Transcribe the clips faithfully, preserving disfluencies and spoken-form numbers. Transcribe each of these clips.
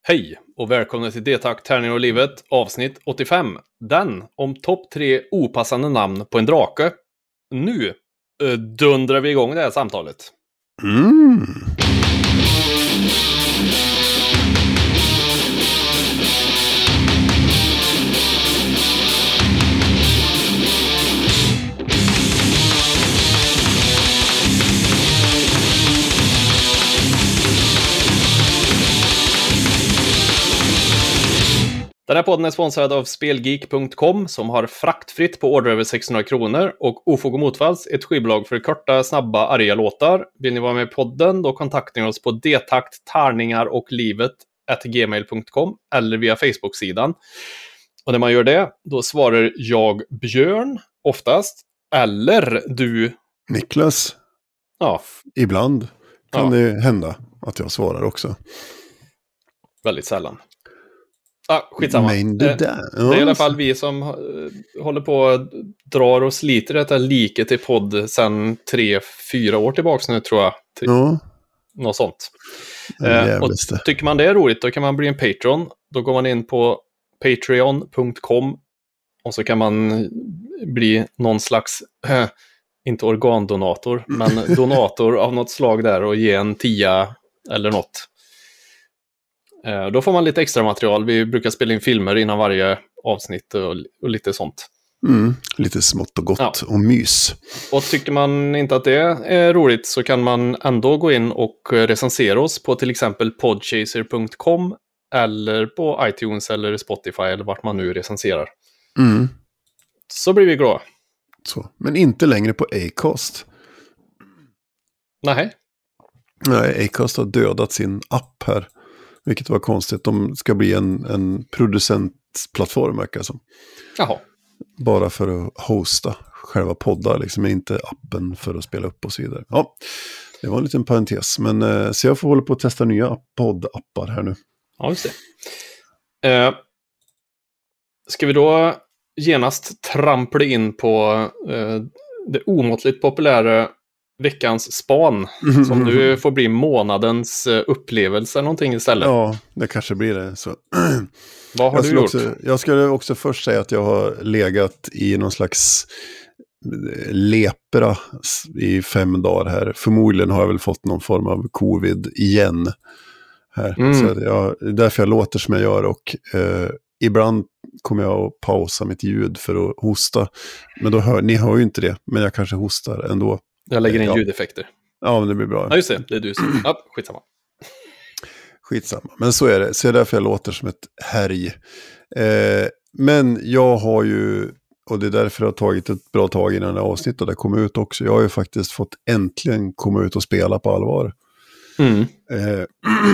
Hej och välkomna till D-Takt Tärningar och livet, avsnitt åttiofem. Den om topp tre opassande namn på en drake. Nu äh, dundrar vi igång det här samtalet. Mm. Den här podden är sponsrad av Spelgeek punkt com som har fraktfritt på order över sexhundra kronor och Ofog och Motvalls, ett skivbolag för korta, snabba, arga låtar. Vill ni vara med i podden, då kontaktar ni oss på detakt, tärningar och livet at gmail punkt com eller via Facebook-sidan. Och när man gör det, då svarar jag Björn oftast, eller du Niklas. Ja. Ibland kan Ja. det hända att jag svarar också. Väldigt sällan. Ah, skitsamma. Men det, där. det är i alla fall vi som uh, håller på och drar och sliter detta liket till podd sedan tre, fyra år tillbaka nu, tror jag. Ty- ja. Något sånt. Uh, och tycker man det är roligt, då kan man bli en Patreon. Då går man in på patreon punkt com och så kan man bli någon slags, äh, inte organdonator, men donator av något slag där och ge en tia eller något. Då får man lite extra material. Vi brukar spela in filmer innan varje avsnitt och, och lite sånt. Mm, lite smått och gott ja. Och mys. Och tycker man inte att det är roligt så kan man ändå gå in och recensera oss på till exempel podchaser punkt com eller på iTunes eller Spotify eller vart man nu recenserar. Mm. Så blir vi glada. Så. Men inte längre på Acast. Nej. Nej, Acast har dödat sin app här. Vilket var konstigt. De ska bli en, en producentplattform, verkar som. Jaha. Bara för att hosta själva poddar, liksom, inte appen för att spela upp och så vidare. Ja, det var en liten parentes. Men eh, så jag får hålla på att testa nya poddappar här nu. Ja, just det. Eh, ska vi då genast trampla in på eh, det omåttligt populära veckans span, mm. som nu får bli månadens upplevelse någonting istället. Ja, det kanske blir det. Så. Vad har jag du gjort? Också, jag skulle också först säga att jag har legat i någon slags lepra i fem dagar här. Förmodligen har jag väl fått någon form av covid igen här. Mm. Så jag, det är därför jag låter som jag gör och eh, ibland kommer jag att pausa mitt ljud för att hosta. Men då hör, ni hör ju inte det, men jag kanske hostar ändå. Jag lägger in ja. ljudeffekter. Ja, men det blir bra. Ja, just det. Det är du som... Ja, skitsamma. Skitsamma. Men så är det. Så är det därför jag låter som ett härj. Eh, men jag har ju, och det är därför jag har tagit ett bra tag innan det avsnittet det kom ut också. Jag har ju faktiskt fått äntligen komma ut och spela på allvar. Mm. Eh,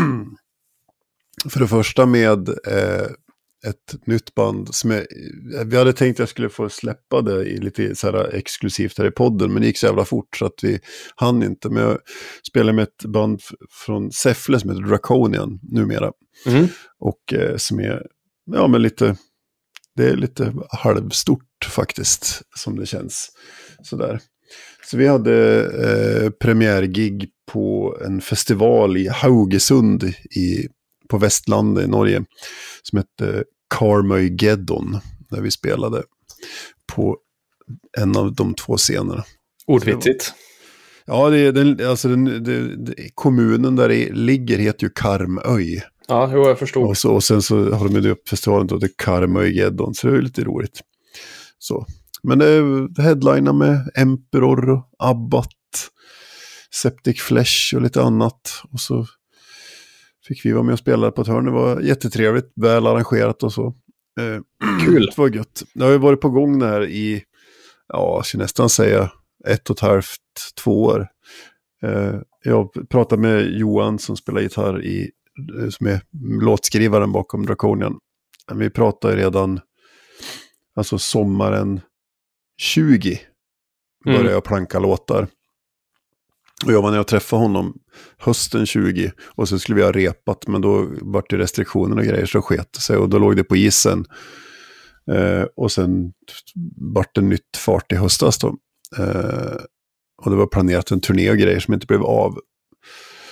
för det första med... Eh, ett nytt band som jag, vi hade tänkt att jag skulle få släppa det i lite så här exklusivt här i podden, men det gick så jävla fort så att vi hann inte. Men jag spelar med ett band från Säffle som heter Draconian numera. Mm. Och eh, som är, ja men lite, det är lite halvstort faktiskt som det känns sådär. Så vi hade eh, premiärgig på en festival i Haugesund i på Västlandet i Norge som hette Carmageddon, där vi spelade på en av de två scenerna. Ordvitsigt. Ja, det är den, alltså den, det, det, kommunen där det ligger heter ju Karmöy. Ja, jo, jag förstod. Och, så, och sen så har de ju upp festivalen då till Carmageddon, så det är lite roligt. Så. Men det är headliner med Emperor och Abbat, Septic Flesh och lite annat. Och så fick vi vara med och spela på ett hörn. Det var jättetrevligt, väl arrangerat och så. Eh, Kul. Det var gött. Det har ju varit på gång där i, ja, jag ska nästan säga ett och ett halvt, två år. Eh, jag pratade med Johan som spelar gitarr i, som är låtskrivaren bakom Draconian. Vi pratade redan, alltså sommaren tjugo började mm. jag planka låtar. Och jag var när jag träffade honom hösten tjugo och så skulle vi ha repat, men då var det restriktioner och grejer så sket sig och då låg det på isen. Eh, och sen var det nytt fart i höstas då. Eh, och det var planerat en turné och grejer som inte blev av.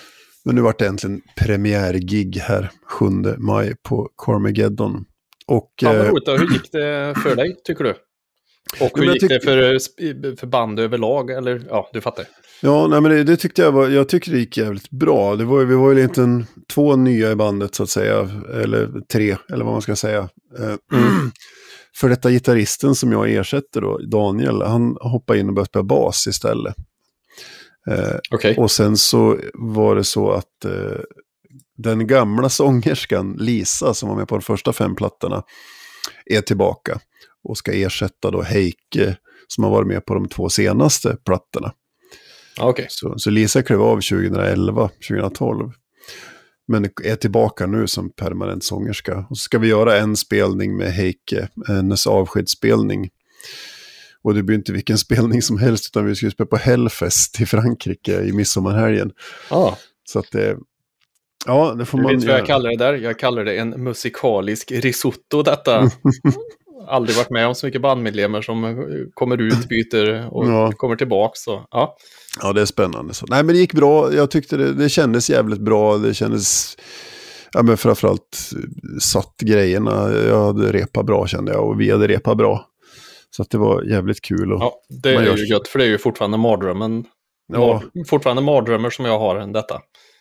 Men nu vart det äntligen premiärgig här sjunde maj på Carmageddon. Och, ja, vad eh, roligt då. Hur gick det för dig, tycker du? Och hur jag gick tyck- det för, för band överlag? Eller, ja, du fattar. Ja, nej, men det, det tyckte jag var, jag tycker det gick jävligt bra. Det var, ju- vi var ju lite en, två nya i bandet så att säga, eller tre, eller vad man ska säga. Eh, Mm. För detta gitarristen som jag ersätter då, Daniel, han hoppade in och började spela bas istället. Eh, Okej. och sen så var det så att eh, den gamla sångerskan Lisa som var med på de första fem plattorna är tillbaka och ska ersätta då Heike som har varit med på de två senaste plattorna. Ja, okej. Så, så Lisa klev av tjugoelva tjugotolv. Men är tillbaka nu som permanent sångerska. Och så ska vi göra en spelning med Heike, hennes avskedsspelning. Och det blir inte vilken spelning som helst utan vi ska spela på Hellfest i Frankrike i midsommarhelgen. Ja. Så att det, ja, det får Du man vet vad jag kallar det där? Jag kallar det en musikalisk risotto detta. Aldrig varit med om så mycket bandmedlemmar som kommer ut, byter och Ja. kommer tillbaka. Så, ja. Ja, det är spännande. Så, nej, men det gick bra. Jag tyckte det, det kändes jävligt bra. Det kändes, ja men framförallt satt grejerna. Jag hade repat bra kände jag och vi hade repat bra. Så att det var jävligt kul. Och, Ja, det man är gör- ju gött, för det är ju fortfarande mardrömmen. Ja. Mar- fortfarande mardrömmar som jag har än detta.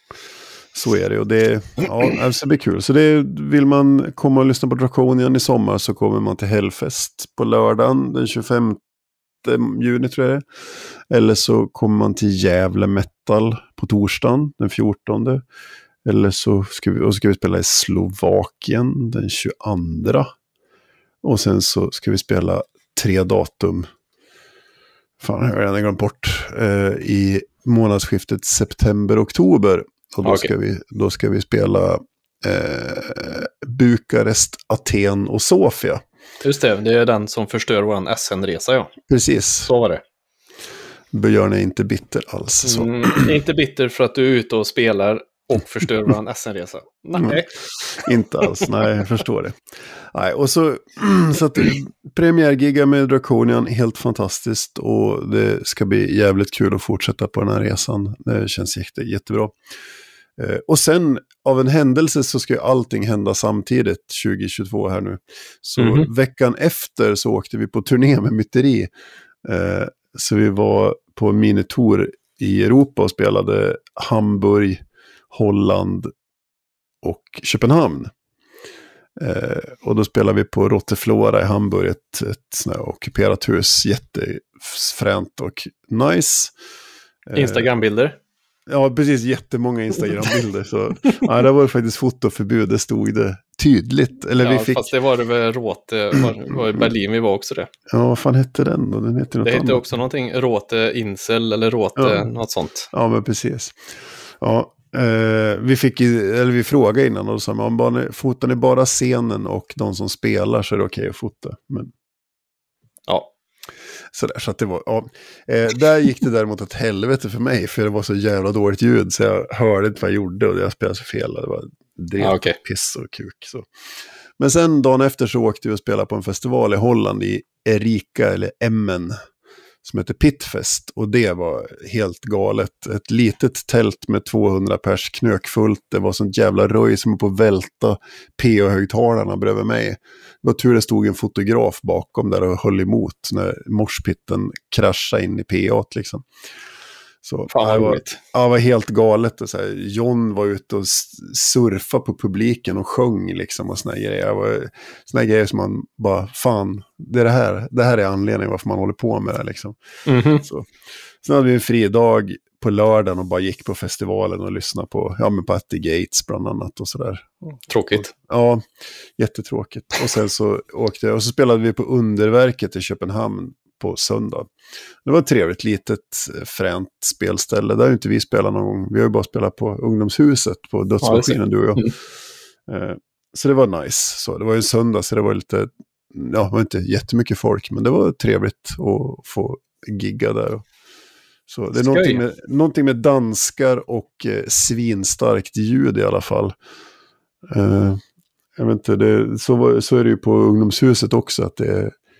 Så är det och det, ja, alltså det blir kul. Så det, vill man komma och lyssna på Draconian i sommar så kommer man till Hellfest på lördagen den tjugofemte juni tror jag det är. Eller så kommer man till Gävle Metal på torsdagen den fjortonde. Eller så ska vi, och ska vi spela i Slovakien den tjugoandra. Och sen så ska vi spela tre datum. Fan, jag har redan glömt bort. Eh, I månadsskiftet september-oktober. Och då, Okej. ska vi, då ska vi spela eh, Bukarest, Aten och Sofia. Just det, det är den som förstör vår S N-resa, ja. Precis. Så var det. Björn är inte bitter alls. Så. Mm, inte bitter för att du är ute och spelar och förstör vår S N-resa. Nej. Mm. Inte alls, nej, jag förstår det. Nej, och så, så att premiärgiga med Draconian, helt fantastiskt. Och det ska bli jävligt kul att fortsätta på den här resan. Det känns jätte, jättebra. Eh, och sen, av en händelse så ska ju allting hända samtidigt tjugohundratjugotvå här nu. Så Mhm. veckan efter så åkte vi på turné med Myteri. Eh, så vi var på en minitour i Europa och spelade Hamburg, Holland och Köpenhamn. Eh, och då spelade vi på Rotteflora i Hamburg, ett, ett sånt här ockuperat hus, jättefränt och nice. Eh, Instagrambilder. Ja, precis, jättemånga Instagram-bilder. Så, ja, det var faktiskt fotoförbud, det stod det tydligt. Eller Ja, vi fick, fast det var det väl Råte, var, var i Berlin vi var också det. ja, vad fan hette den då? Den heter något Det hette annat. också någonting, Råte Incel eller Råte, Ja. något sånt. Ja, men precis. Ja, eh, vi fick i- eller vi frågade innan och då sa man, bara, fotar ni bara scenen och de som spelar så är det okej att fota. Men Ja, sådär, så att det var, ja. Eh, där gick det däremot ett helvete för mig, för det var så jävla dåligt ljud så jag hörde inte vad jag gjorde och jag spelade så fel. Det var drev, Ah, okej. piss och kuk. Så. Men sen dagen efter så åkte vi och spelade på en festival i Holland i Erika eller Emmen som heter Pitfest och det var helt galet. Ett litet tält med tvåhundra pers knökfullt. Det var sånt jävla röj som var på att välta P O-högtalarna bredvid mig. Det var tur det stod en fotograf bakom där och höll emot när morspitten kraschade in i P A liksom. Så, fan vad det var, roligt. ja, det var helt galet. Och så här, John var ute och s- surfade på publiken och sjöng liksom och såna här grejer. Det var såna här grejer som man bara, fan, det är det här. Det här är anledningen varför man håller på med det liksom. Mhm. Så. Sen hade vi en fri dag på lördagen och bara gick på festivalen och lyssnade på, ja men på At the Gates bland annat och sådär. Tråkigt. Ja, jättetråkigt. Och sen så åkte jag, och så spelade vi på Underverket i Köpenhamn på söndag. Det var ett trevligt litet fränt spelställe. Där har ju inte vi spelat någon gång. Vi har ju bara spelat på Ungdomshuset på Dödsmaskinen, du och jag. Mm. Eh, Så det var nice. Så det var ju en söndag så det var lite, ja det var inte jättemycket folk men det var trevligt att få gigga där. Så det är Skoj. någonting med, någonting med danskar och eh, svinstarkt ljud i alla fall. Eh, jag vet inte, det, så, var, så är det ju på Ungdomshuset också att det är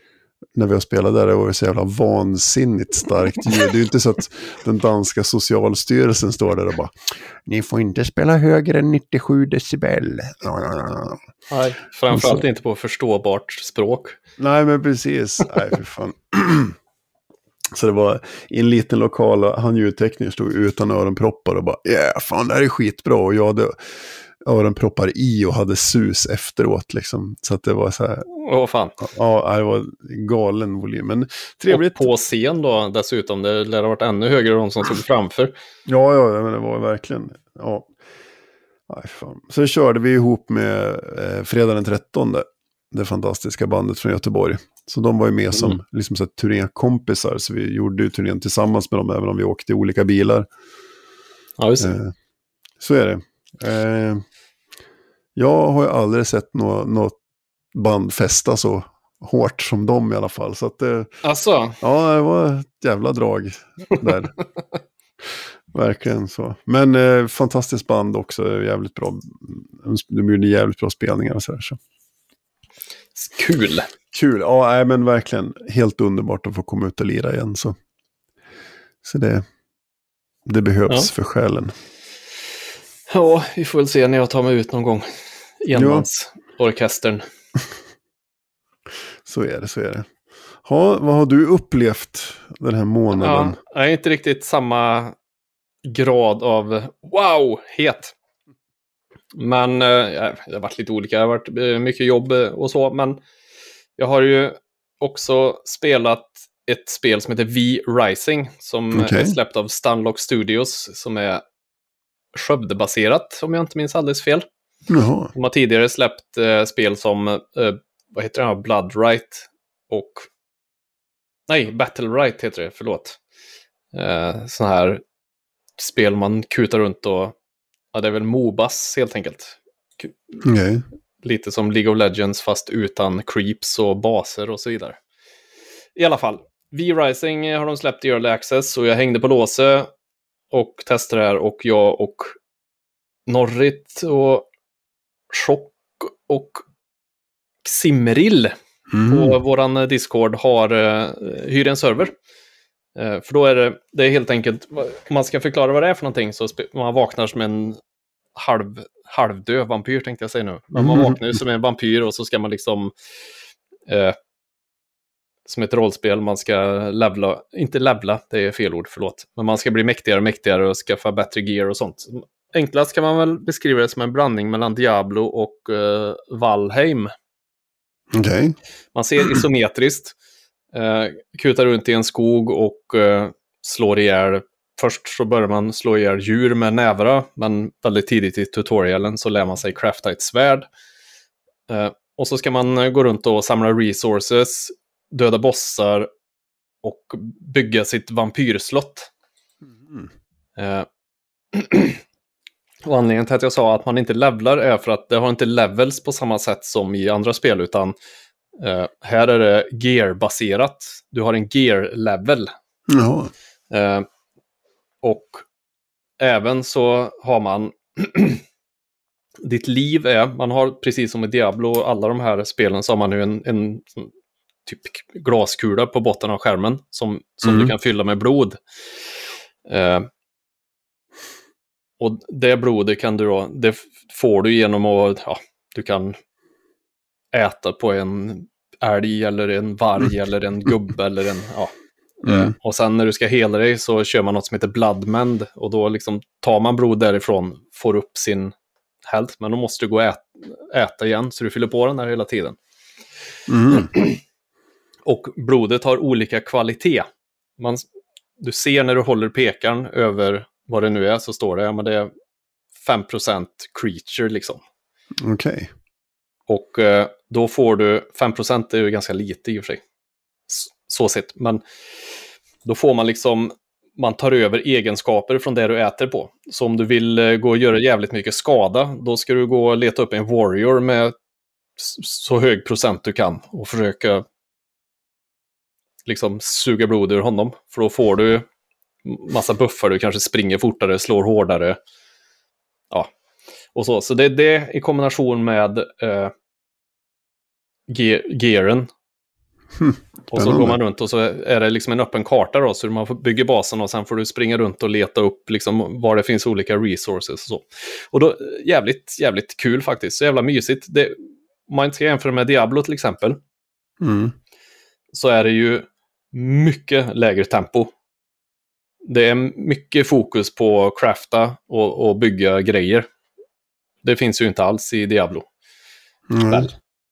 när vi har spelat där, det var så jävla vansinnigt starkt ljud. Det är ju inte så att den danska socialstyrelsen står där och bara, ni får inte spela högre än nittiosju decibel. Nej, framförallt så, inte på förståbart språk. Nej, men precis. Nej, för fan. Så det var i en liten lokal, han ljudtekniker stod utan öronproppar och bara, ja, yeah, fan, det här är skitbra. Och jag hade öronproppar i och hade sus efteråt liksom. Så att det var så här. Åh fan. Ja, det var galen volym. Men trevligt. Och på scen då dessutom, det lär ha varit ännu högre de som stod framför. Ja, ja, men det var verkligen, ja. Nej, fan. Så körde vi ihop med eh, fredag den trettonde. Det fantastiska bandet från Göteborg. Så de var ju med som mm. liksom så här, turnékompisar. Så vi gjorde ju turnén tillsammans med dem, även om vi åkte i olika bilar. Ja, just det. Eh, så är det. Eh, jag har ju aldrig sett något, något band festa så hårt som dem i alla fall. Så att det, alltså. Ja, det var ett jävla drag där. Verkligen så. Men eh, fantastiskt band också, jävligt bra. De gjorde jävligt bra spelningar och så där. Så. Kul. Kul, ja, nej, men verkligen helt underbart att få komma ut och lira igen. Så, så det, det behövs ja. för själen. Ja, vi får väl se när jag tar mig ut någon gång. Enmansorkestern. Så är det, så är det. Ha, vad har du upplevt den här månaden? Ja, jag är inte riktigt samma grad av wow, het. Men eh, det har varit lite olika. Det har varit eh, mycket jobb och så. Men jag har ju också spelat ett spel som heter V-Rising. Som okay. är släppt av Stunlock Studios. Som är Skövde-baserat, om jag inte minns alldeles fel. Jaha. De har tidigare släppt eh, spel som eh, vad heter det? Bloodright och nej, Battleright heter det, förlåt. Eh, sån här spel man kutar runt och ja, det är väl MOBAs helt enkelt. Okay. Lite som League of Legends fast utan creeps och baser och så vidare. I alla fall, V-Rising har de släppt i Early Access och jag hängde på låse och testade det här och jag och Norrit och Chock och Simril mm. på våran Discord har uh, hyr en server. Uh, för då är det, det är helt enkelt, om man ska förklara vad det är för någonting så spe- man vaknar som en halv, halvdöd vampyr tänkte jag säga nu. Men man vaknar ju som en vampyr och så ska man liksom uh, som ett rollspel, man ska levla, inte levla, det är fel ord, förlåt. Men man ska bli mäktigare och mäktigare och skaffa bättre gear och sånt. Enklast kan man väl beskriva det som en blandning mellan Diablo och uh, Valheim. Okay. Man ser isometriskt, uh, kutar runt i en skog och uh, slår ihjäl. Först så börjar man slå ihjäl djur med nävra, men väldigt tidigt i tutorialen så lär man sig crafta ett svärd. Uh, och så ska man gå runt och samla resources, döda bossar och bygga sitt vampyrslott. Mm. Uh, och anledningen till att jag sa att man inte levlar är för att det har inte levels på samma sätt som i andra spel, utan uh, här är det gear-baserat. Du har en gear-level. Ja. Uh, och även så har man ditt liv är, man har precis som i Diablo och alla de här spelen så har man ju en, en typ glaskula på botten av skärmen som, som mm. du kan fylla med blod. Uh, och det blodet kan du då, det får du genom att, ja, du kan äta på en älg eller en varg eller en gubbe eller en, ja. Mm. Uh, och sen när du ska hela dig så kör man något som heter Bloodmend och då liksom tar man blod därifrån, får upp sin health, men då måste du gå och äta, äta igen så du fyller på den här hela tiden. Mm. Och blodet har olika kvalitet. Man, du ser när du håller pekaren över vad det nu är så står det, ja, men det är fem procent creature liksom. Okej. Okay. Och eh, då får du, fem procent är ju ganska lite i och för sig. Så sett, men då får man liksom, man tar över egenskaper från det du äter på. Så om du vill eh, gå och göra jävligt mycket skada, då ska du gå och leta upp en warrior med så hög procent du kan och försöka liksom suga blod ur honom. För då får du massa buffar, du kanske springer fortare, slår hårdare. Ja, och så. Så det är det i kombination med eh, ge- gearen Hmm. Och så går man runt och så är det liksom en öppen karta då, så man får bygga basen och sen får du springa runt och leta upp liksom var det finns olika resources och så. Och då, jävligt, jävligt kul faktiskt, så jävla mysigt. Det, om man inte ska jämföra med Diablo till exempel, Mm. så är det ju mycket lägre tempo. Det är mycket fokus på att crafta och, och bygga grejer. Det finns ju inte alls i Diablo. Mm. Väl?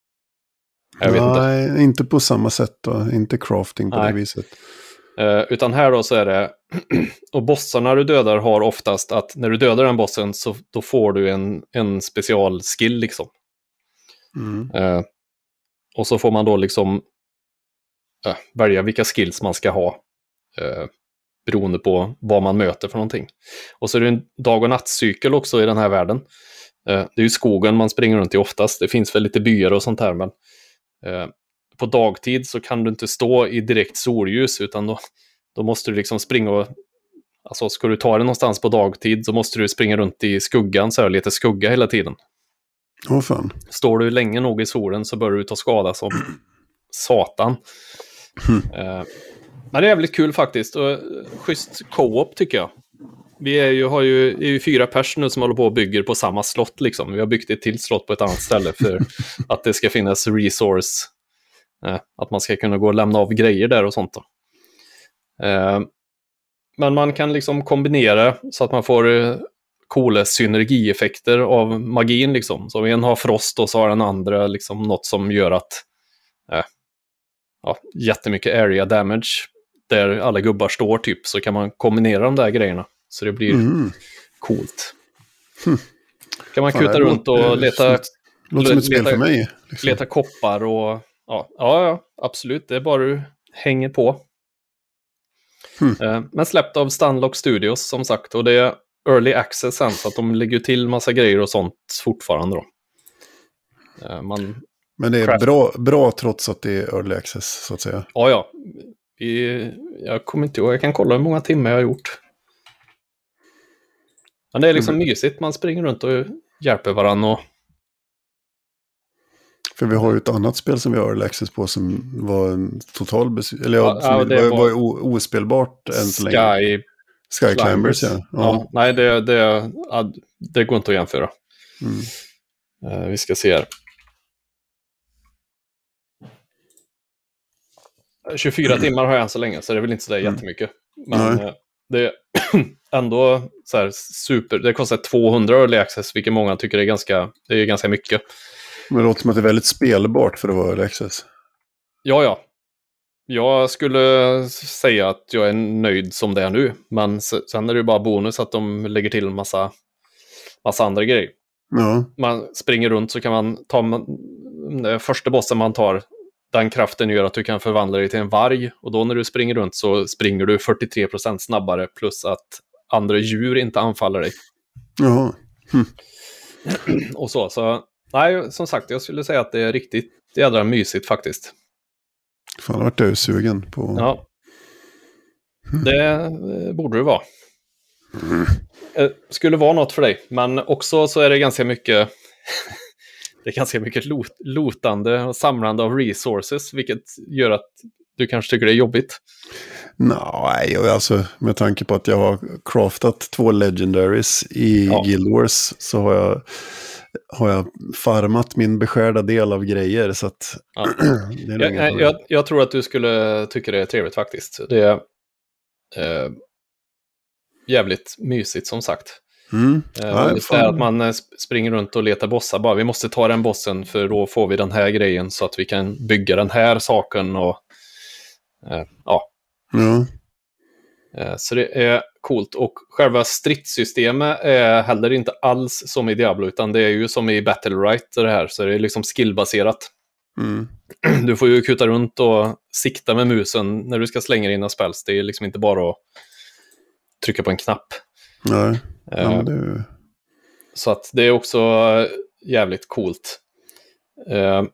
Jag vet Nej, inte. inte på samma sätt då. Inte crafting på Nej. det viset. Uh, utan här då så är det, och bossarna du dödar har oftast att när du dödar den bossen så då får du en, en special skill liksom. Mm. Uh, och så får man då liksom uh, välja vilka skills man ska ha uh, beroende på vad man möter för någonting. Och så är det en dag- och nattcykel också i den här världen. Uh, det är ju skogen man springer runt i oftast. Det finns väl lite byar och sånt här, men uh, på dagtid så kan du inte stå i direkt solljus, utan då, då måste du liksom springa och, alltså ska du ta det någonstans på dagtid så måste du springa runt i skuggan så här, lite skugga hela tiden. Åh fan. Står du länge nog i solen så börjar du ta skada som satan. Mm. Uh, men det är jävligt kul faktiskt, och schysst co-op tycker jag. Vi är ju, har ju, är ju fyra pers nu som håller på och bygger på samma slott liksom. Vi har byggt ett till slott på ett annat ställe för att det ska finnas resource. Eh, att man ska kunna gå och lämna av grejer där och sånt då. Eh, men man kan liksom kombinera så att man får eh, coola synergieffekter av magin liksom. Så en har frost och så har den andra liksom något som gör att eh, ja, jättemycket area damage där alla gubbar står typ, så kan man kombinera de där grejerna så det blir mm. coolt. Hm. Kan man kuta runt och leta låter som ett spel leta, för mig. Liksom. Leta koppar och ja, ja, ja, absolut. Det är bara du hänger på. Hmm. Eh, men släppt av Stunlock Studios som sagt. Och det är early access sen, så att de lägger till massa grejer och sånt fortfarande då. Eh, man men det är bra, bra trots att det är early access så att säga. Ja, ja. Vi, jag kommer inte ihåg. Jag kan kolla hur många timmar jag har gjort. Men det är liksom mm. mysigt. Man springer runt och hjälper varandra och för vi har ju ett annat spel som vi har early access på som var en total bes- eller ja, ja, som det var, var, var ospelbart än så länge. Sky, Sky Climbers, ja. ja. ja. Nej, det, det, det går inte att jämföra. Mm. Uh, vi ska se här. tjugofyra timmar har jag än så länge, så det är väl inte så där mm. jättemycket. Men uh, det är ändå så här super. Det kostar tvåhundra early access, vilket många tycker är ganska, det är ganska mycket. Men det låter som att det är väldigt spelbart för att vara early access. Ja, ja. Jag skulle säga att jag är nöjd som det är nu. Men sen är det ju bara bonus att de lägger till en massa, massa andra grejer. Ja. Man springer runt så kan man ta första bossen man tar. Den kraften gör att du kan förvandla dig till en varg. Och då när du springer runt så springer du fyrtiotre procent snabbare. Plus att andra djur inte anfaller dig. Ja. Hm. Och så, så... Nej, som sagt, jag skulle säga att det är riktigt jädra mysigt faktiskt. Fan, har varit du sugen på... Ja. Det eh, borde det vara. Mm. Eh, skulle vara något för dig. Men också så är det ganska mycket... det är ganska mycket lot- lotande och samlande av resources. Vilket gör att du kanske tycker det är jobbigt. Nej, alltså med tanke på att jag har craftat två legendaries i ja. Guild Wars så har jag... har jag farmat min beskärda del av grejer så att ja. det är jag, jag, jag tror att du skulle tycka det är trevligt faktiskt. Det är eh, jävligt mysigt som sagt. Mm. Eh, ja, det är att man springer runt och letar bossar bara. Vi måste ta den bossen för då får vi den här grejen så att vi kan bygga den här saken och eh, ja. Ja. Eh, så det är coolt, och själva stridssystemet är heller inte alls som i Diablo, utan det är ju som i Battle Right det här, så det är liksom skillbaserat. Mm. Du får ju kuta runt och sikta med musen när du ska slänga dina spells. Det är liksom inte bara att trycka på en knapp. Nej. Eh, ja, men det... Så att det är också jävligt coolt. Eh,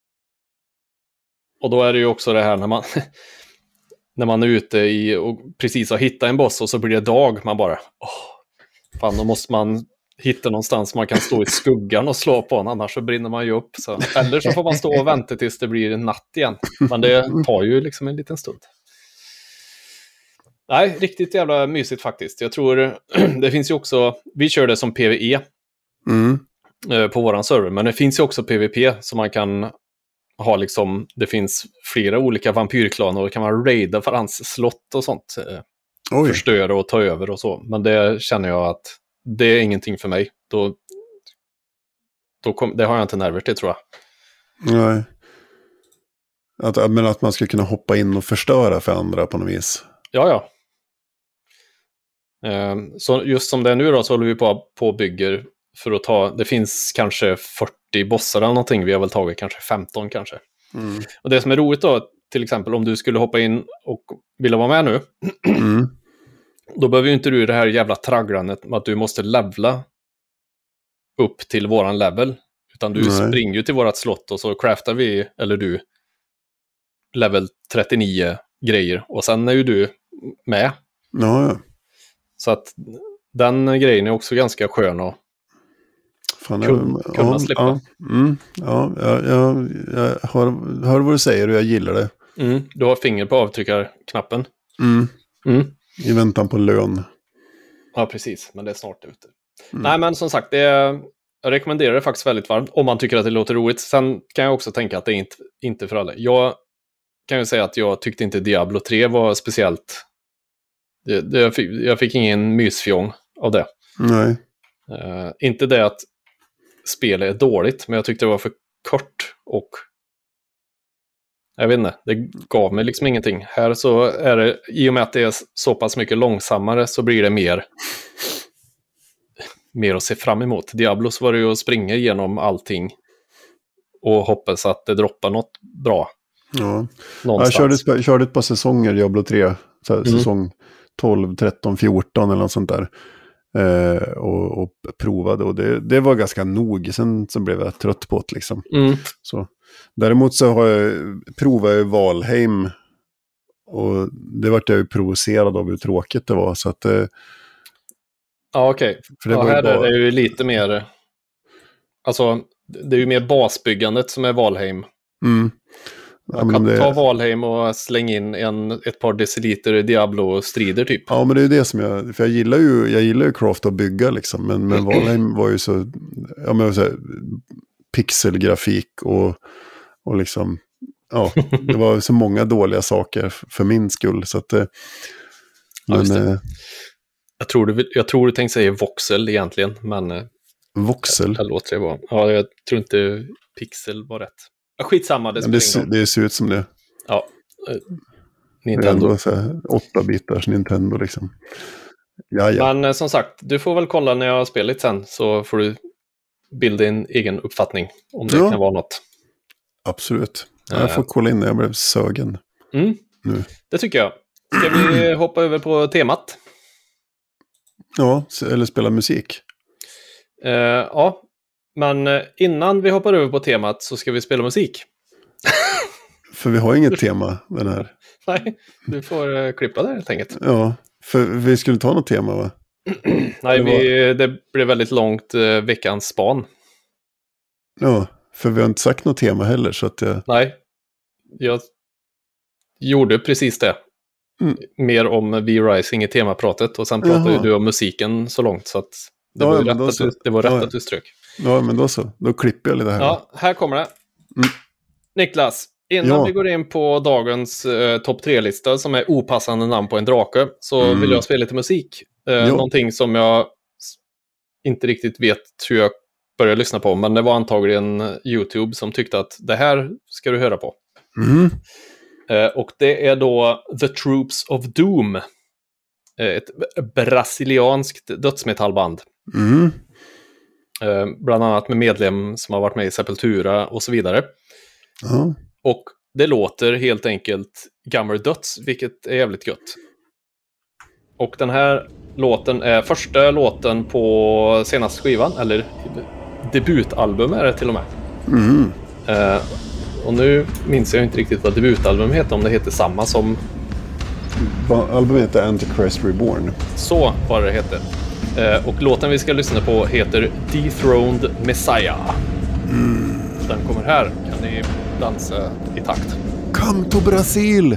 och då är det ju också det här när man när man är ute i och precis har hittat en boss och så blir det dag, man bara åh, fan, då måste man hitta någonstans man kan stå i skuggan och slå på den, annars så brinner man ju upp. Så. Eller så får man stå och vänta tills det blir natt igen. Men det tar ju liksom en liten stund. Nej, riktigt jävla mysigt faktiskt. Jag tror, det finns ju också, vi kör det som PvE Mm. på våran server, men det finns ju också PvP som man kan ha liksom, det finns flera olika vampyrklaner och då kan man raida varans slott och sånt. Oj. Förstöra och ta över och så. Men det känner jag att det är ingenting för mig. Då, då kom, det har jag inte nerver till, tror jag. Nej. Att, men att man ska kunna hoppa in och förstöra för andra på något vis. Ja, ja. Um, så just som det är nu då så håller vi på på och bygger för att ta, det finns kanske fyrtio bossar eller någonting, vi har väl tagit kanske femton kanske. Mm. Och det som är roligt då, till exempel om du skulle hoppa in och vilja vara med nu, Mm. då behöver ju inte du det här jävla tragglandet med att du måste levla upp till våran level, utan du Nej. springer ju till vårat slott och så craftar vi, eller du, level trettionio grejer och sen är ju du med. Ja, ja. Så att den grejen är också ganska skön att Fan, kun, jag, kunna ja, slippa. Ja, mm, ja jag, jag, jag hör, hör vad du säger och jag gillar det. Mm, du har finger på avtryckarknappen. Mm. Mm. I väntan på lön. Ja, precis. Men det är snart ute. Mm. Nej, men som sagt, det är, jag rekommenderar det faktiskt väldigt varmt om man tycker att det låter roligt. Sen kan jag också tänka att det är inte, inte för alla. Jag kan ju säga att jag tyckte inte Diablo tre var speciellt. Det, det, jag, fick, jag fick ingen mysfjong av det. Nej. Uh, inte det att spelet är dåligt, men jag tyckte det var för kort och jag vet inte, det gav mig liksom ingenting. Här så är det, i och med att det är så pass mycket långsammare så blir det mer mer att se fram emot. Diablo så var det ju att springa igenom allting och hoppas att det droppar något bra. Ja. Någonstans. Jag körde, körde ett par säsonger Diablo tre, så här, Mm. säsong tolv, tretton, fjorton eller något sånt där. Eh, och, och provade och det, det var ganska nog. Sen så blev jag trött på det liksom. Mm. Så. Däremot så har jag provat ju Valheim och det vart jag ju provocerad av hur tråkigt det var. Så att, eh, Ja, okej. Okay. För det Ja, var ju här bara- är det ju lite mer, alltså det är ju mer basbyggandet som är Valheim. mm. Ja, Man men kan det, ta Valheim och slänga in en, ett par deciliter Diablo-strider typ. ja, men det är ju det som jag... För jag gillar ju, jag gillar ju Craft att bygga liksom. Men, men Valheim var ju så... Ja, men så här, pixelgrafik och, och liksom... Ja, det var så många dåliga saker f- för min skull. Så att... eh, Ja, just Men det. eh, Jag tror du, vill- jag tror du tänkte säga voxel egentligen, men eh, voxel. jag låter det vara. Ja, jag tror inte pixel var rätt. Ja, skitsamma, det Men det, spelar ingen se- roll. det ser ut som det. Ja, eh, Det är Nintendo. ändå så här åtta bitars Nintendo liksom. Ja, ja. Men eh, som sagt, du får väl kolla när jag har spelat sen, så får du bilda din egen uppfattning om det Ja. kan vara något. Absolut. Ja, Eh. jag får kolla in det. Jag blev sögen. Mm, Nu. det tycker jag. Ska vi hoppa över på temat? Ja, s- eller spela musik. Eh, ja, men eh, innan vi hoppar över på temat så ska vi spela musik. För vi har inget tema den här. Nej, du får eh, klippa det helt enkelt. Ja, för vi skulle ta något tema va? Nej, det vi, det blev väldigt långt eh, veckans span. Ja, för vi har inte sagt något tema heller så att jag... Nej, jag gjorde precis det. Mm. Mer om V-Rising i temapratet och sen pratade ju Jaha. du om musiken så långt så att det Ja, var ja, ju men rätt, då att, så. du, det var rätt Ja, ja. att du strök. Ja, men då så. Då klipper jag lite här. Ja, här kommer det. Mm. Niklas, innan Ja. vi går in på dagens eh, topp tre-lista som är opassande namn på en drake så Mm. vill jag spela lite musik. Eh, Ja. Någonting som jag s- inte riktigt vet hur jag började lyssna på, men det var antagligen YouTube som tyckte att det här ska du höra på. Mm. Eh, och det är då The Troops of Doom. Eh, ett brasilianskt dödsmetallband. Mm. Eh, bland annat med medlem som har varit med i Sepultura och så vidare. Ja. Och det låter helt enkelt gammerdöds, vilket är jävligt gött. Och den här låten är första låten på senaste skivan, eller debutalbum är det till och med. Mm. Eh, och nu minns jag inte riktigt vad debutalbum heter, om det heter samma som Va- Albumet heter Antichrist Reborn. så vad det heter. Eh, och låten vi ska lyssna på heter Dethroned Messiah. Mm. Den kommer här. Kan ni dansa i takt? Come to Brasil!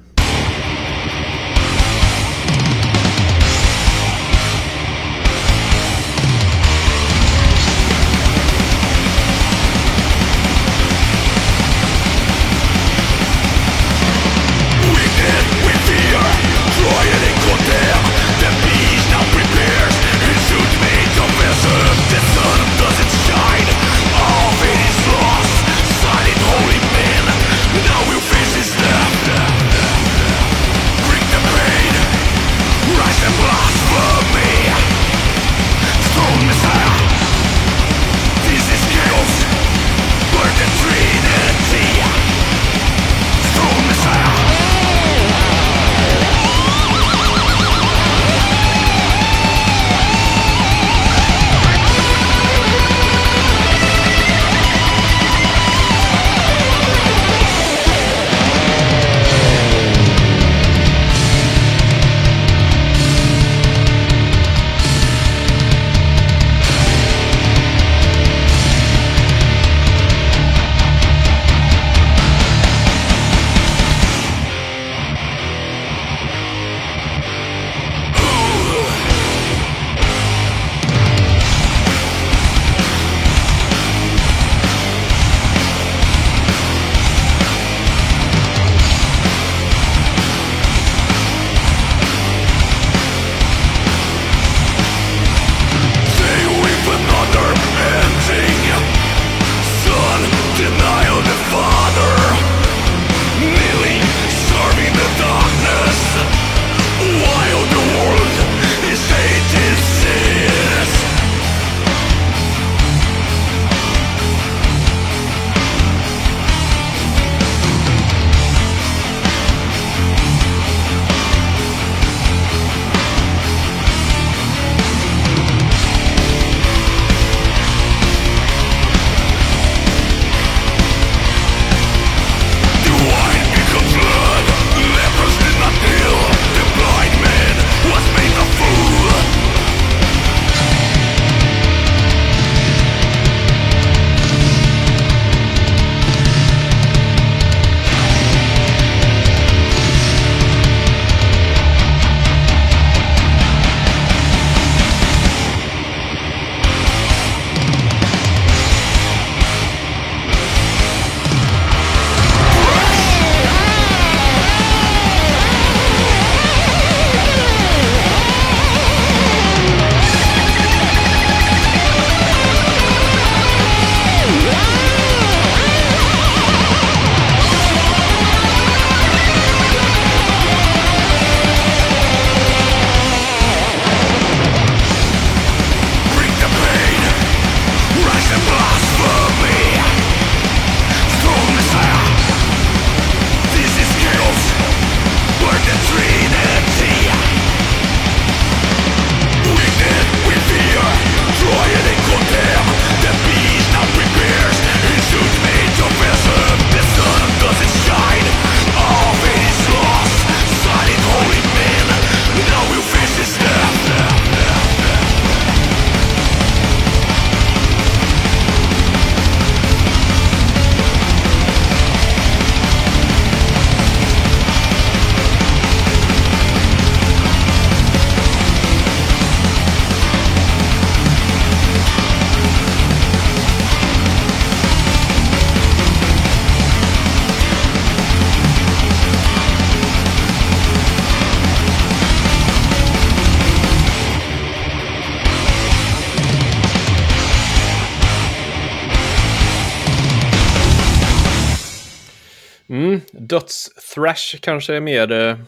Mm, döds-thrash kanske är mer eh,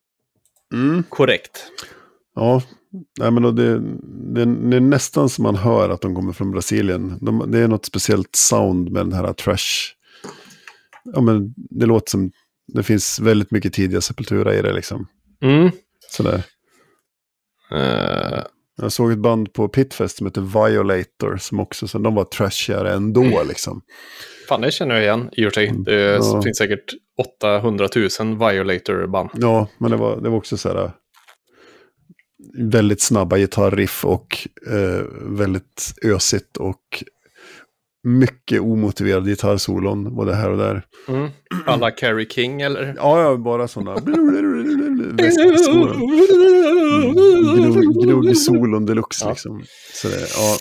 mm. korrekt. Ja, nej, men det, det, det är nästan som man hör att de kommer från Brasilien. De, det är något speciellt sound med den här trash. Ja, men det låter som, det finns väldigt mycket tidiga Sepultura i det liksom. Mm. Sådär. Uh. Jag såg ett band på Pitfest som heter Violator, som också, så de var trashigare ändå mm. liksom. Fan, det känner jag igen i och för sig. Det ja. finns säkert åttahundratusen Violator-band. Ja, men det var, det var också så här. väldigt snabba gitarriff och eh, väldigt ösigt och mycket omotiverade gitarrsolon både här och där. Mm. Alla Carrie King eller? Ja, ja, bara sådana. Västsolon. Mm. Gnugg-solon deluxe Ja. liksom. Så det, ja.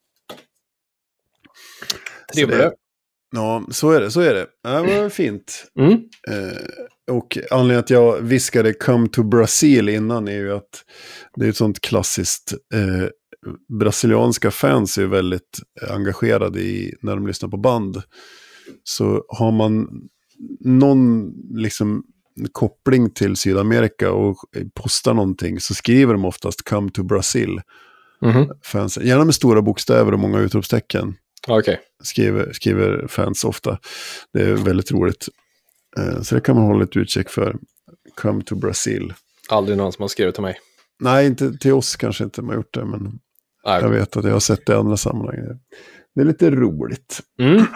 Trevligt. Så det, ja, så är det, så är det. Ja, det var fint. Mm. Eh, och anledningen att jag viskade Come to Brazil innan är ju att det är ett sånt klassiskt eh, brasilianska fans är ju väldigt engagerade i när de lyssnar på band. Så har man någon liksom koppling till Sydamerika och postar någonting så skriver de oftast Come to Brazil. Mm. Fans, gärna med stora bokstäver och många utropstecken. Okej. Okay. Skriver, skriver fans ofta. Det är väldigt roligt. Eh, så det kan man hålla lite utkik för. Come to Brazil. Aldrig någon som har skrivit till mig. Nej, inte till oss kanske inte man har gjort det, men Nej. jag vet att jag har sett det i andra sammanhang. Det är lite roligt. Mm.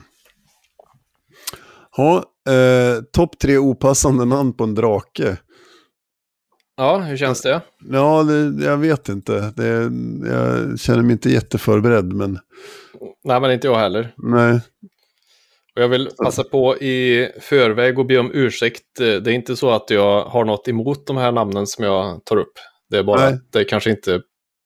Ja, eh, topp tre opassande namn på en drake. Ja, hur känns det? Ja, det, jag vet inte. Det, jag känner mig inte jätteförberedd, men... Nej, men inte jag heller. Nej. Och jag vill passa på i förväg och be om ursäkt. Det är inte så att jag har något emot de här namnen som jag tar upp. Det är bara Nej. att det kanske inte...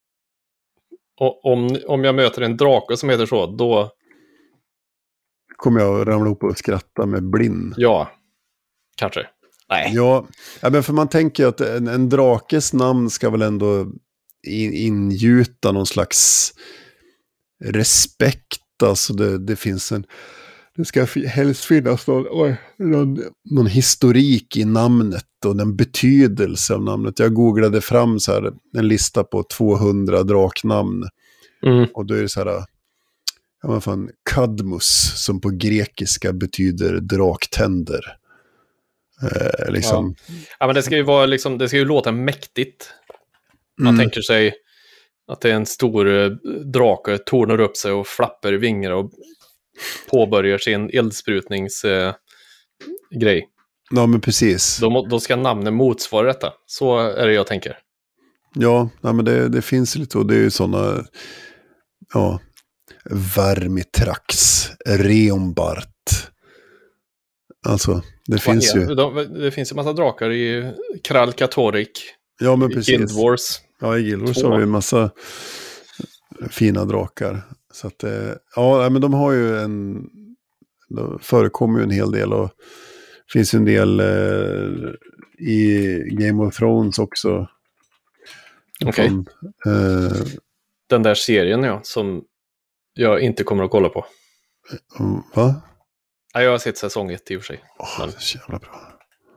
Om, om jag möter en drake som heter så, då... kommer jag att ramla ihop och skratta med blind. Ja, kanske. Nej. Ja, ja, men för man tänker att en, en drakes namn ska väl ändå in, ingjuta någon slags respekt. Alltså det, det finns en... Det ska helst finnas någon, oj, någon, någon historik i namnet och den betydelse av namnet. Jag googlade fram så här en lista på tvåhundra draknamn. Mm. Och då är det så här, ja men fan, Kadmus som på grekiska betyder draktänder. Eh, liksom. Ja. ja, men det ska ju vara liksom, det ska ju låta mäktigt. Man mm. tänker sig att det är en stor eh, drake, tornar upp sig och flappar i vingar och påbörjar sin eldsprutningsgrej. Eh, ja, men precis. Då, då ska namnen motsvara detta. Så är det jag tänker. Ja, ja men det, det finns lite, och det är ju sådana, ja, Vermitrax, Reombart. Alltså, det Vad finns ju. De, det finns ju massa drakar i Kral Katorik. Ja, men precis. I Guild Wars. Ja, i Guild Wars har vi en massa fina drakar. Så att, ja, men de har ju en, det förekommer ju en hel del, och finns ju en del eh, i Game of Thrones också. Okej. Okay. Eh, Den där serien, ja, som jag inte kommer att kolla på. Va? Ja, jag har sett säsong ett i och för sig. Åh, men... det är så jävla bra.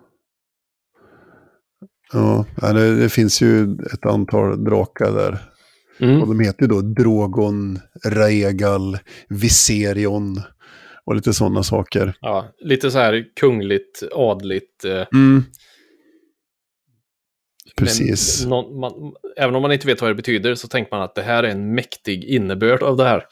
Ja, det, det finns ju ett antal drakar där. Mm. Och de heter ju då Drogon, Raegal, Viserion och lite sådana saker. Ja, lite så här kungligt, adligt. Eh, mm. Precis. Någon, man, även om man inte vet vad det betyder så tänker man att det här är en mäktig innebörd av det här.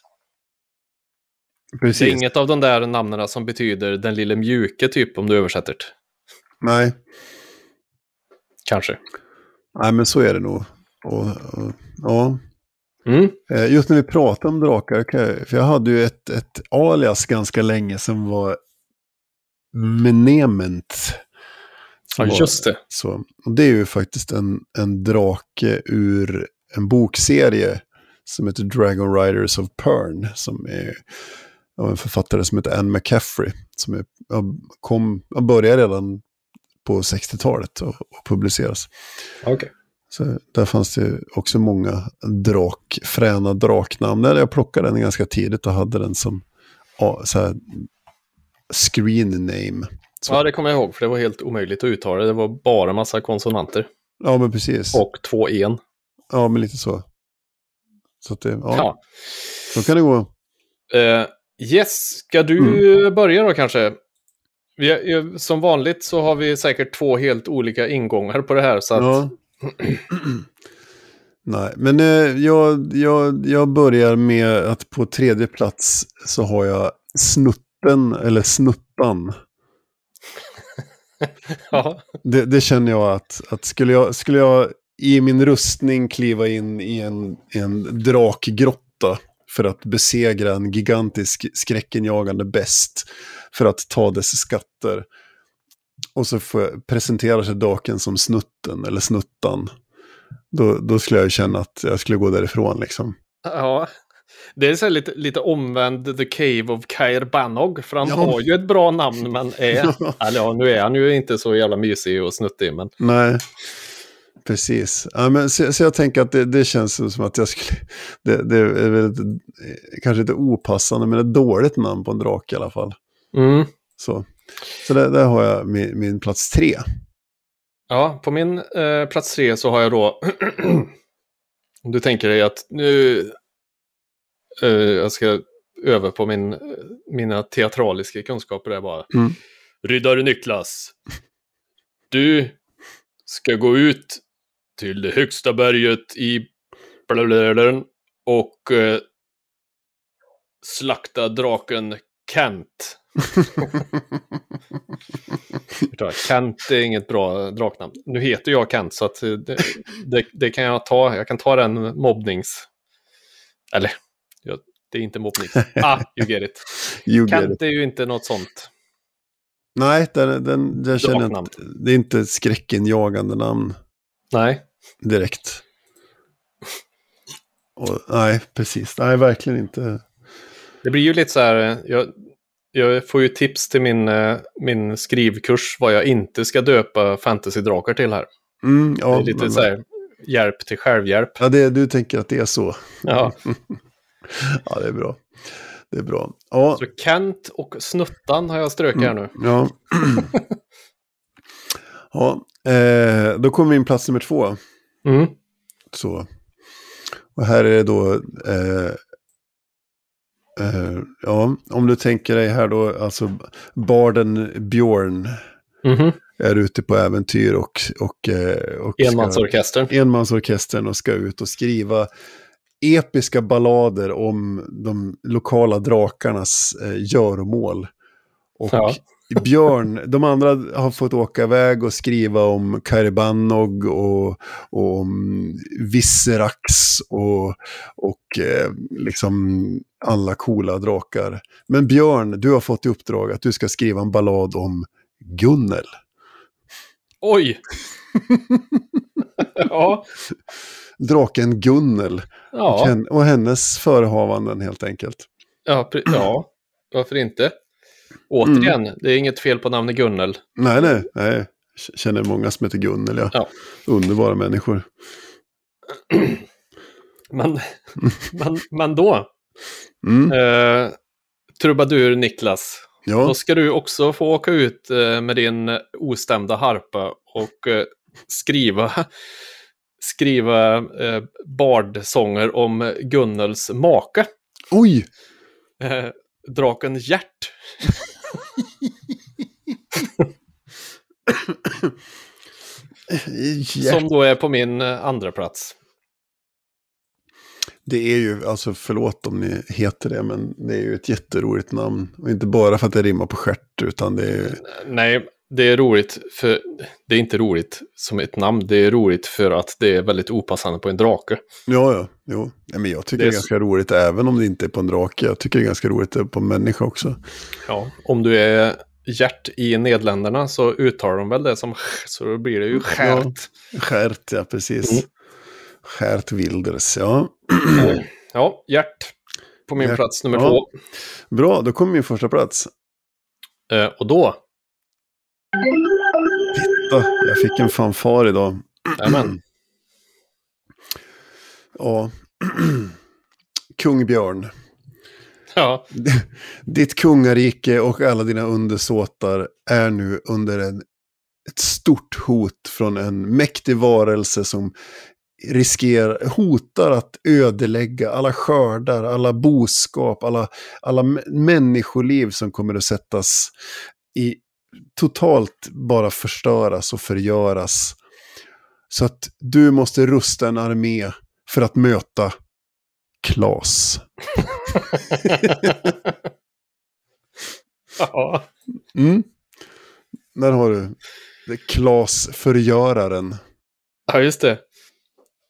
Precis. Det är inget av de där namnen som betyder den lilla mjuke typ, om du översätter det. Nej. Kanske. Nej, men så är det nog. Och, och, ja. Mm. Just när vi pratar om drakar, för jag hade ju ett, ett alias ganska länge som var Menement. Ja, just det. Så, och det är ju faktiskt en, en drake ur en bokserie som heter Dragon Riders of Pern, som är av en författare som heter Anne McCaffrey, som är, kom, började redan på sextiotalet och, och publiceras. Okej. Okay. Så där fanns det också många drak, fräna draknamn. Där jag plockade den ganska tidigt och hade den som ja, så här, screen name. Så. Ja, det kommer jag ihåg, för det var helt omöjligt att uttala. Det var bara massa konsonanter. Ja, men precis. Och två en. Ja, men lite så. Så att det, ja. ja. Så kan det gå. Uh, yes, ska du mm. börja då kanske? Vi är, som vanligt så har vi säkert två helt olika ingångar på det här. Så att... Ja. Nej, men eh, jag, jag, jag börjar med att på tredje plats så har jag snutten eller snuttan. Ja. det, det känner jag att, att skulle, jag, skulle jag i min rustning kliva in i en, en drakgrotta för att besegra en gigantisk skräckenjagande bäst för att ta dess skatter. Och så får presentera sig draken som snutten eller snuttan. Då, då skulle jag känna att jag skulle gå därifrån liksom. Ja, det är så här lite, lite omvänd The Cave of Kair Banog. För han Ja. har ju ett bra namn, men är... eller ja, nu är han ju inte så jävla mysig och snuttig, men... Nej, precis. Ja, men, så, så jag tänker att det, det känns som att jag skulle... Det, det är väl ett, kanske inte opassande, men ett dåligt namn på en drake i alla fall. Mm. Så, så där, där har jag min, min plats tre. Ja, på min eh, plats tre så har jag då... Om du tänker dig att nu... Eh, jag ska över på min, mina teatraliska kunskaper där bara. Mm. Riddare Niklas, du ska gå ut till det högsta berget i blablabla och eh, slakta draken Kent. Kent är inget bra draknamn. Nu heter jag Kent, så att det, det, det kan jag ta. Jag kan ta den mobbnings... Eller, jag, det är inte mobbnings. Ah, you get it. You Kent get it. är ju inte något sånt. Nej, den, den, den känner jag Draknamn. inte, det är inte ett skräckenjagande namn Nej. direkt. Och, nej, precis. Nej, verkligen inte. Det blir ju lite så här, jag, jag får ju tips till min, eh, min skrivkurs vad jag inte ska döpa fantasy-drakar till här. Mm, ja, det är lite men, så här, hjälp till självhjälp. Ja, det, du tänker att det är så. Ja. Ja, det är bra. Det är bra. Ja. Så Kent och Snuttan har jag strökat här nu. Ja. Ja, eh, då kommer min plats nummer två. Mm. Så. Och här är det då... Eh, eh, ja, om du tänker dig här då, alltså barden Björn Mm-hmm. är ute på äventyr och... och, eh, och Enmansorkestern. Ska, enmansorkestern och ska ut och skriva episka ballader om de lokala drakarnas eh, göromål. Och Ja. Björn, de andra har fått åka iväg och skriva om Karibanog och, och om Visserax och, och eh, liksom alla coola drakar. Men Björn, du har fått i uppdrag att du ska skriva en ballad om Gunnel. Oj! Ja. Draken Gunnel. Ja. Och, hen, och hennes förehavanden helt enkelt. Ja, pre- ja, varför inte? Återigen, mm. det är inget fel på namnet Gunnel. Nej, nej, nej. Jag känner många som heter Gunnel, ja. Ja. Underbara människor. men, men, men då, mm. eh, trubadur Niklas, ja. Då ska du också få åka ut eh, med din ostämda harpa och eh, skriva, skriva eh, bardsånger om Gunnels make. Oj! Eh, draken Gert. Som då är på min andra plats. Det är ju, alltså förlåt om ni heter det, men det är ju ett jätteroligt namn. Och inte bara för att det rimmar på stjärt, utan det är... Nej, det är roligt för... Det är inte roligt som ett namn. Det är roligt för att det är väldigt opassande på en drake. Ja, ja. Jo. Ja, men jag tycker det är, det är ganska så... roligt även om det inte är på en drake. Jag tycker det är ganska roligt på en människa också. Ja, om du är Gert i Nederländerna så uttalar de väl det som... Så då blir det ju skärt. Ja, skärt, ja, precis. Mm. Skärt Wilders, ja. Ja, Gert på min Gert. plats nummer ja. två. Bra, då kommer min första plats. Eh, och då? Titta, jag fick en fanfar idag. Amen. Ja. Kung Björn. Ja. Ditt kungarike och alla dina undersåtar är nu under en, ett stort hot från en mäktig varelse som riskerar, hotar att ödelägga alla skördar, alla boskap, alla, alla människoliv som kommer att sättas i totalt bara förstöras och förgöras. Så att du måste rusta en armé för att möta Klas. Ja. Mm. Där har du det, Klas förgöraren. Ja, just det.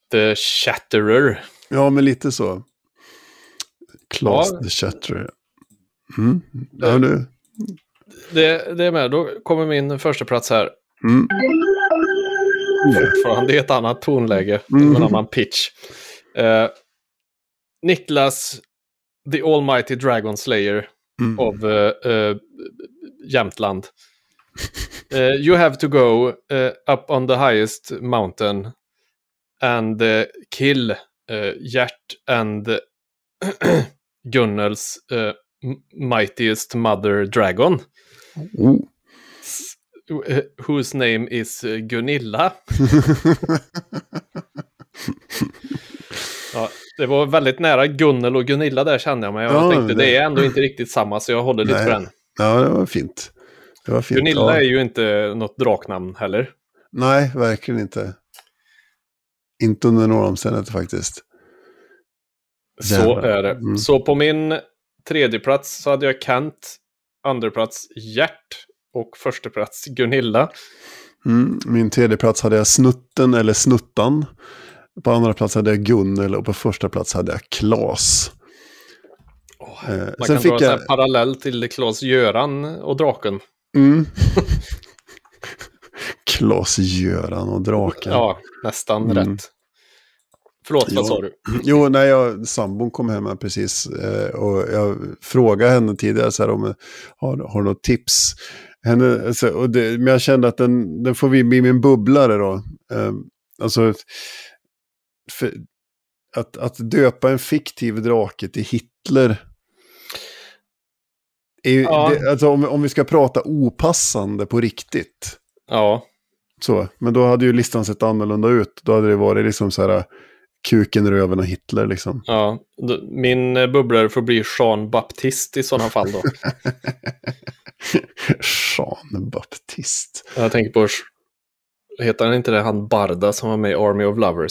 The Chatterer. Ja, men lite så. Claes Ja. the Chatterer. Mm. Ja, du. Det, det är med. Då kommer min första plats här. Mm. Fortfarande det är ett annat tonläge. Mm. En annan pitch. Uh, Niklas The Almighty Dragon Slayer Mm. av uh, uh, Jämtland. Uh, you have to go uh, up on the highest mountain and uh, kill uh, Gert and Gunnels uh, mightiest mother dragon. Oh. Uh, whose name is uh, Gunilla. Ja, det var väldigt nära Gunnel och Gunilla där, kände jag. Men jag Ja, tänkte det... det är ändå inte riktigt samma, så jag håller lite Nej. för den. Ja, det var fint. Det var fint. Gunilla Ja. är ju inte något draknamn heller. Nej, verkligen inte. Inte under några omständigheter faktiskt. Så Jävlar. är det. Mm. Så på min tredje plats så hade jag Kent, andra plats Gert och första plats Gunilla. Mm. Min tredje plats hade jag Snutten eller Snuttan. På andra plats hade jag Gunnel och på första plats hade jag Claes. Oh, eh, man sen kan fick dra jag... en parallell till Claes-Göran och draken. Mm. Claes-Göran och draken. Ja, nästan Mm. rätt. Förlåt, vad Ja. sa du? Jo, när jag, sambon kom hem här precis eh, och jag frågade henne tidigare så här, om har, har något tips. Henne, alltså, och det, men jag kände att den, den får vi bli min bubblare då. Eh, alltså, för, att, att döpa en fiktiv drake till Hitler. Är, ju- Ja. det, alltså, om, om vi ska prata opassande på riktigt. Ja, Så, men då hade ju listan sett annorlunda ut. Då hade det varit liksom så här kuken, röven och Hitler liksom. ja. D- Min eh, bubblare får bli Jean Baptiste i sådana fall då. Jean Baptiste. Jag tänker på, heter han inte det, han Barda som var med i Army of Lovers?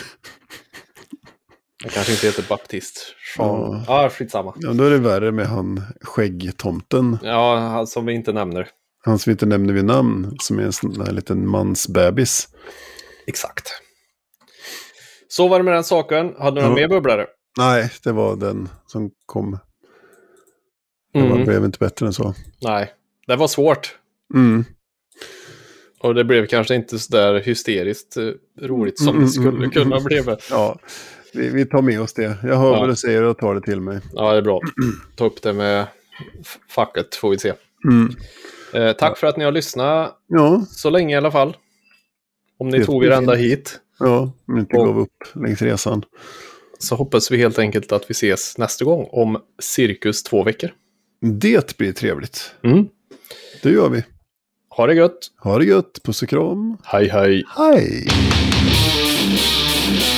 Jag kanske inte heter Baptiste. Jean. Ja. Ja, ah, skitsamma. Ja, då är det värre med han skäggtomten. Ja, han som vi inte nämner. Han som vi inte nämner vid namn. Som är en sån där liten mansbebis. Exakt. Så var det med den saken. Hade du någon Ja. mer bubblare? Nej, det var den som kom. Det var, Mm. blev inte bättre än så. Nej, det var svårt. Mm. Och det blev kanske inte så där hysteriskt eh, roligt som Mm, det skulle mm, kunna mm. bli. Ja, vi, vi tar med oss det. Jag hör Ja. vad du säger och tar det till mig. Ja, det är bra. Ta upp det med f- facket, får vi se. Mm. Eh, tack för att ni har lyssnat Ja, så länge i alla fall. Om ni Det tog är er ända fint. hit, ja, om inte Och- gav upp längs resan. så hoppas vi helt enkelt att vi ses nästa gång om cirkus två veckor. Det blir trevligt. Mm. Det gör vi. Ha det gött. Ha det gött. Puss och kram. Hej hej. Hej!